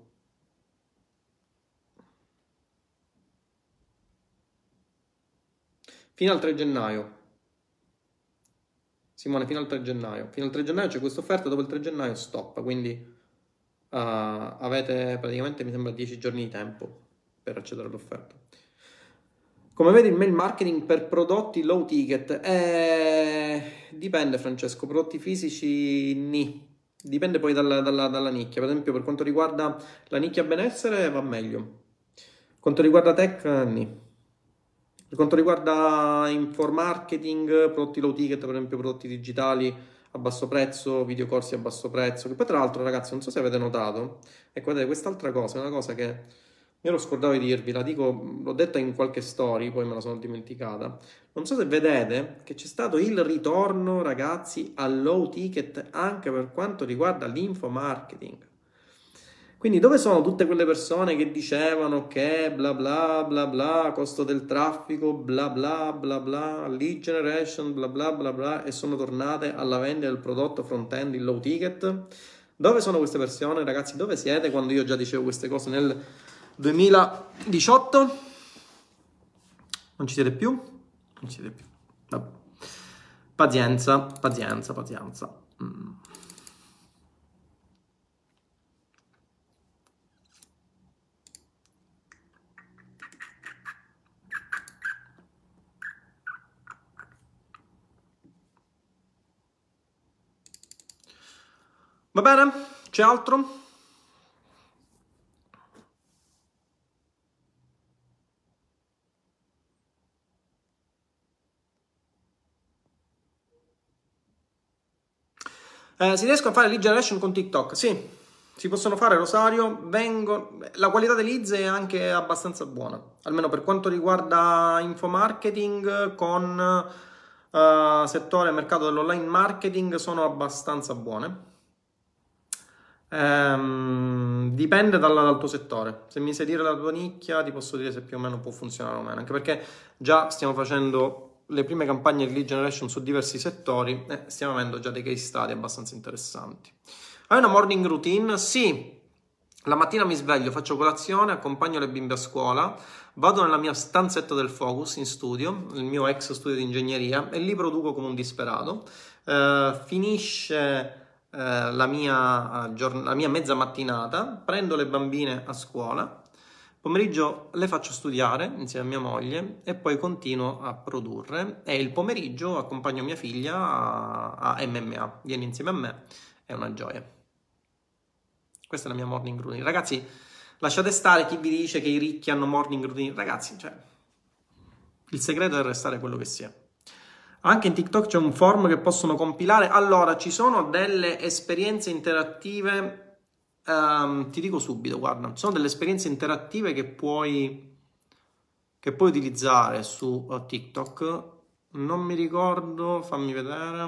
Fino al 3 gennaio. Simone, fino al 3 gennaio. Fino al 3 gennaio c'è questa offerta, dopo il 3 gennaio stop, quindi avete praticamente, mi sembra, 10 giorni di tempo per accedere all'offerta. Come vedi il mail marketing per prodotti low ticket? Dipende Francesco, prodotti fisici ni. Dipende poi dalla nicchia. Per esempio per quanto riguarda la nicchia benessere va meglio. Per quanto riguarda tech ni. Per quanto riguarda info marketing, prodotti low ticket, per esempio prodotti digitali a basso prezzo, videocorsi a basso prezzo, che poi tra l'altro ragazzi non so se avete notato, ecco vedete quest'altra cosa, è una cosa che mi ero scordato di dirvi, la dico, l'ho detta in qualche story, poi me la sono dimenticata, non so se vedete che c'è stato il ritorno ragazzi al low ticket anche per quanto riguarda l'info marketing. Quindi dove sono tutte quelle persone che dicevano che bla bla bla bla, costo del traffico, bla bla bla bla, lead generation, bla bla bla bla, e sono tornate alla vendita del prodotto front-end in low ticket? Dove sono queste persone, ragazzi? Dove siete quando io già dicevo queste cose nel 2018? Non ci siete più? Non ci siete più. Vabbè. Pazienza, pazienza, pazienza. Va bene? C'è altro? Si riescono a fare lead generation con TikTok? Sì, si possono fare, Rosario. La qualità dei leads è anche abbastanza buona, almeno per quanto riguarda info marketing con settore mercato dell'online marketing sono abbastanza buone. Dipende dal tuo settore. Se mi sai dire la tua nicchia, ti posso dire se più o meno può funzionare o meno, anche perché già stiamo facendo le prime campagne di lead generation su diversi settori e stiamo avendo già dei case study abbastanza interessanti. Hai una morning routine? Sì, la mattina mi sveglio, faccio colazione, accompagno le bimbe a scuola, vado nella mia stanzetta del Focus in studio, il mio ex studio di ingegneria, e lì produco come un disperato. Finisce la mia mezza mattinata, prendo le bambine a scuola, Pomeriggio le faccio studiare insieme a mia moglie e poi continuo a produrre e il pomeriggio accompagno mia figlia a MMA. Vieni insieme a me, è una gioia. Questa è la mia morning routine. Ragazzi, lasciate stare chi vi dice che i ricchi hanno morning routine. Ragazzi, cioè, il segreto è restare quello che si è. Anche in TikTok c'è un form che possono compilare. Allora, ci sono delle esperienze interattive. Ti dico subito, guarda, ci sono delle esperienze interattive che puoi utilizzare su TikTok. Non mi ricordo, fammi vedere.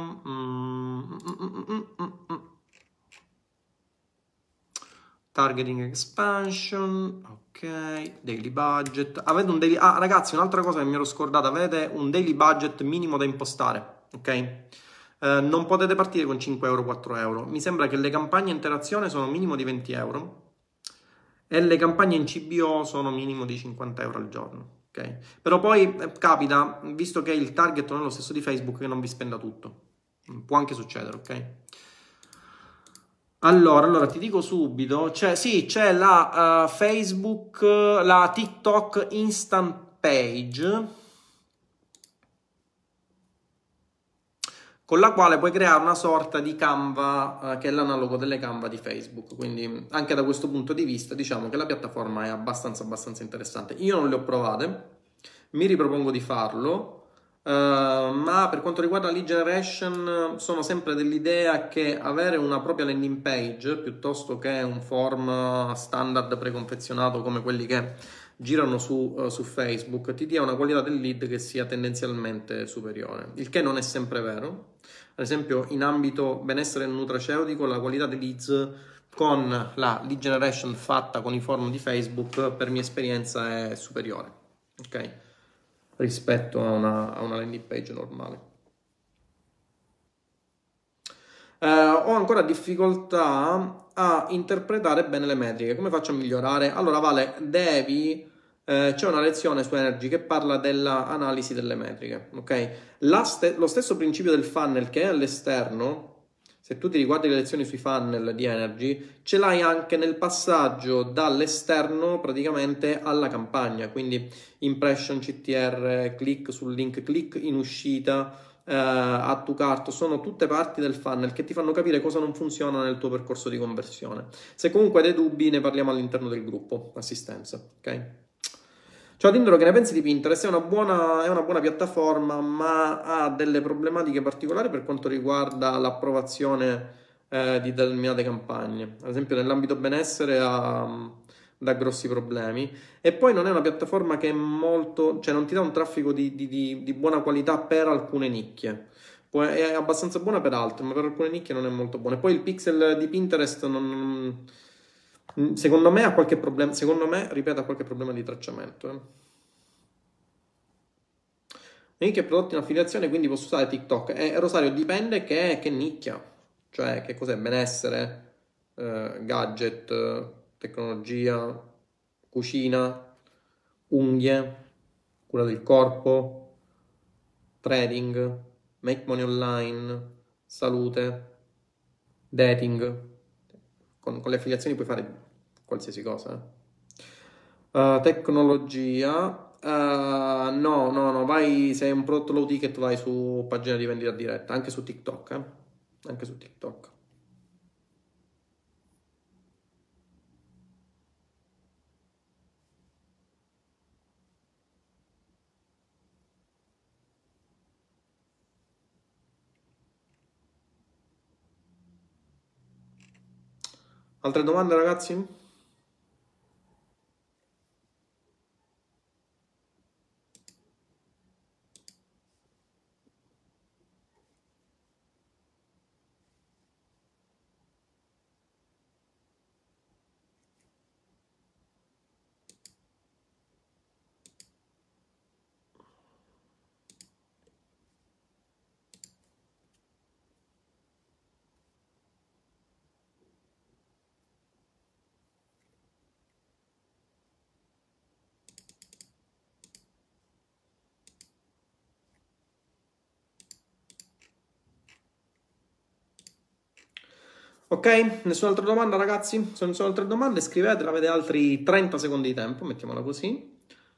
Targeting expansion, ok, daily budget. Avete un daily... Ah, ragazzi, un'altra cosa che mi ero scordata, avete un daily budget minimo da impostare, ok? Non potete partire con 5 euro, 4 euro. Mi sembra che le campagne interazione sono minimo di 20 euro e le campagne in CBO sono minimo di 50 euro al giorno, ok? Però poi capita, visto che il target non è lo stesso di Facebook, che non vi spenda tutto. Può anche succedere, ok? Allora, ti dico subito, c'è la Facebook, la TikTok Instant Page, con la quale puoi creare una sorta di Canva, che è l'analogo delle Canva di Facebook. Quindi anche da questo punto di vista diciamo che la piattaforma è abbastanza interessante. Io non le ho provate, mi ripropongo di farlo. Ma per quanto riguarda la lead generation sono sempre dell'idea che avere una propria landing page piuttosto che un form standard preconfezionato come quelli che girano su Facebook ti dia una qualità del lead che sia tendenzialmente superiore, il che non è sempre vero. Ad esempio in ambito benessere nutraceutico la qualità dei leads con la lead generation fatta con i form di Facebook per mia esperienza è superiore, ok? Rispetto a una landing page normale. Ho ancora difficoltà a interpretare bene le metriche. Come faccio a migliorare? Allora, Vale, c'è una lezione su Energy che parla dell'analisi delle metriche, ok? Lo stesso principio del funnel che è all'esterno, se tu ti riguardi le lezioni sui funnel di Energy, ce l'hai anche nel passaggio dall'esterno praticamente alla campagna, quindi impression, CTR, click sul link, click in uscita, add to cart, sono tutte parti del funnel che ti fanno capire cosa non funziona nel tuo percorso di conversione. Se comunque hai dei dubbi ne parliamo all'interno del gruppo assistenza, ok? Ciao Tindro, che ne pensi di Pinterest? È una buona piattaforma, ma ha delle problematiche particolari per quanto riguarda l'approvazione di determinate campagne. Ad esempio nell'ambito benessere dà grossi problemi. E poi non è una piattaforma che è molto, cioè non ti dà un traffico di buona qualità per alcune nicchie. È abbastanza buona per altre, ma per alcune nicchie non è molto buona. E poi il pixel di Pinterest secondo me ha qualche problema, secondo me, ripeto, ha qualche problema di tracciamento. Link e prodotti in affiliazione, quindi posso usare TikTok. Rosario, dipende che nicchia, cioè che cos'è benessere, gadget, tecnologia, cucina, unghie, cura del corpo, trading, make money online, salute, dating. Con le affiliazioni puoi fare qualsiasi cosa. Tecnologia. No, vai, se è un prodotto low ticket vai su pagina di vendita diretta, anche su TikTok, anche su TikTok. Altre domande, ragazzi? Ok? Nessuna altra domanda, ragazzi? Se non sono altre domande, scrivetela, avete altri 30 secondi di tempo, mettiamola così.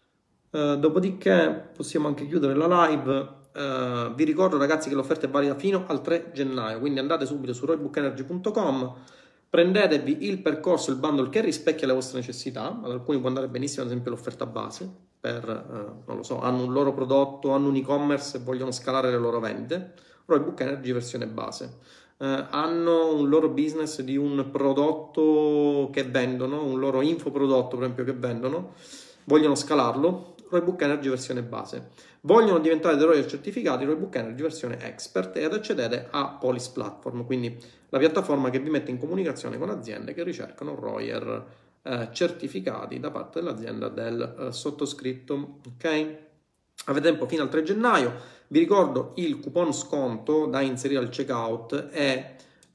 Dopodiché possiamo anche chiudere la live. Vi ricordo, ragazzi, che l'offerta è valida fino al 3 gennaio, quindi andate subito su roybookenergy.com, prendetevi il percorso, il bundle che rispecchia le vostre necessità. Ad alcuni può andare benissimo, ad esempio l'offerta base, per, non lo so, hanno un loro prodotto, hanno un e-commerce e vogliono scalare le loro vendite. Roybook Energy versione base. Hanno un loro business di un prodotto che vendono, un loro infoprodotto per esempio che vendono, vogliono scalarlo, Roybook Energy versione base. Vogliono diventare dei royal certificati, Roybook Energy versione expert, ed accedete a Polis Platform, quindi la piattaforma che vi mette in comunicazione con aziende che ricercano royal certificati da parte dell'azienda del sottoscritto. Ok? Avete tempo fino al 3 gennaio. Vi ricordo il coupon sconto da inserire al checkout è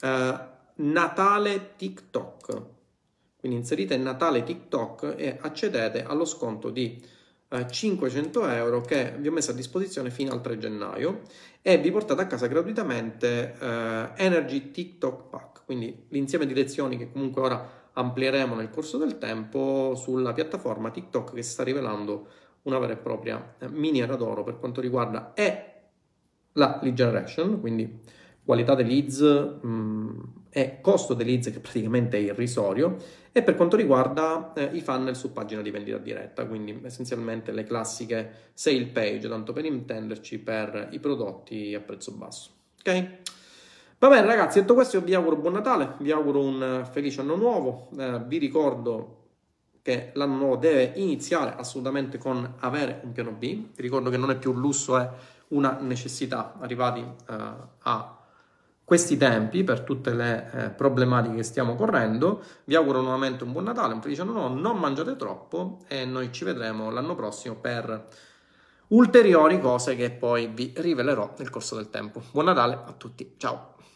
Natale TikTok. Quindi inserite Natale TikTok e accedete allo sconto di 500 euro che vi ho messo a disposizione fino al 3 gennaio e vi portate a casa gratuitamente Energy TikTok Pack, quindi l'insieme di lezioni che comunque ora amplieremo nel corso del tempo sulla piattaforma TikTok, che si sta rivelando una vera e propria miniera d'oro per quanto riguarda la lead generation, quindi qualità dei leads e costo dei leads, che praticamente è irrisorio, e per quanto riguarda i funnel su pagina di vendita diretta, quindi essenzialmente le classiche sale page, tanto per intenderci, per i prodotti a prezzo basso. Ok? Va bene ragazzi, detto questo io vi auguro buon Natale, vi auguro un felice anno nuovo, vi ricordo che l'anno nuovo deve iniziare assolutamente con avere un piano B, vi ricordo che non è più un lusso, è una necessità arrivati a questi tempi per tutte le problematiche che stiamo correndo. Vi auguro nuovamente un buon Natale, un felice anno nuovo, non mangiate troppo e noi ci vedremo l'anno prossimo per ulteriori cose che poi vi rivelerò nel corso del tempo. Buon Natale a tutti, ciao!